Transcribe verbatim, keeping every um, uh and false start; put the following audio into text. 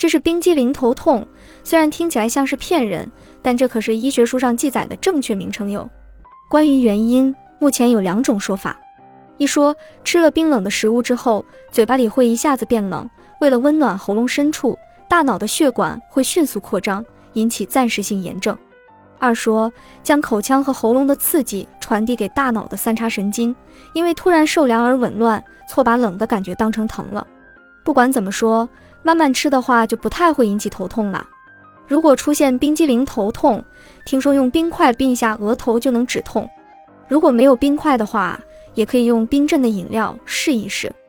这是冰激凌头痛，虽然听起来像是骗人，但这可是医学书上记载的正确名称哟。关于原因，目前有两种说法。一说，吃了冰冷的食物之后，嘴巴里会一下子变冷，为了温暖喉咙深处，大脑的血管会迅速扩张，引起暂时性炎症。二说，将口腔和喉咙的刺激传递给大脑的三叉神经，因为突然受凉而紊乱，错把冷的感觉当成疼了。不管怎么说，慢慢吃的话就不太会引起头痛了。如果出现冰激凌头痛，听说用冰块冰一下额头就能止痛。如果没有冰块的话，也可以用冰镇的饮料试一试。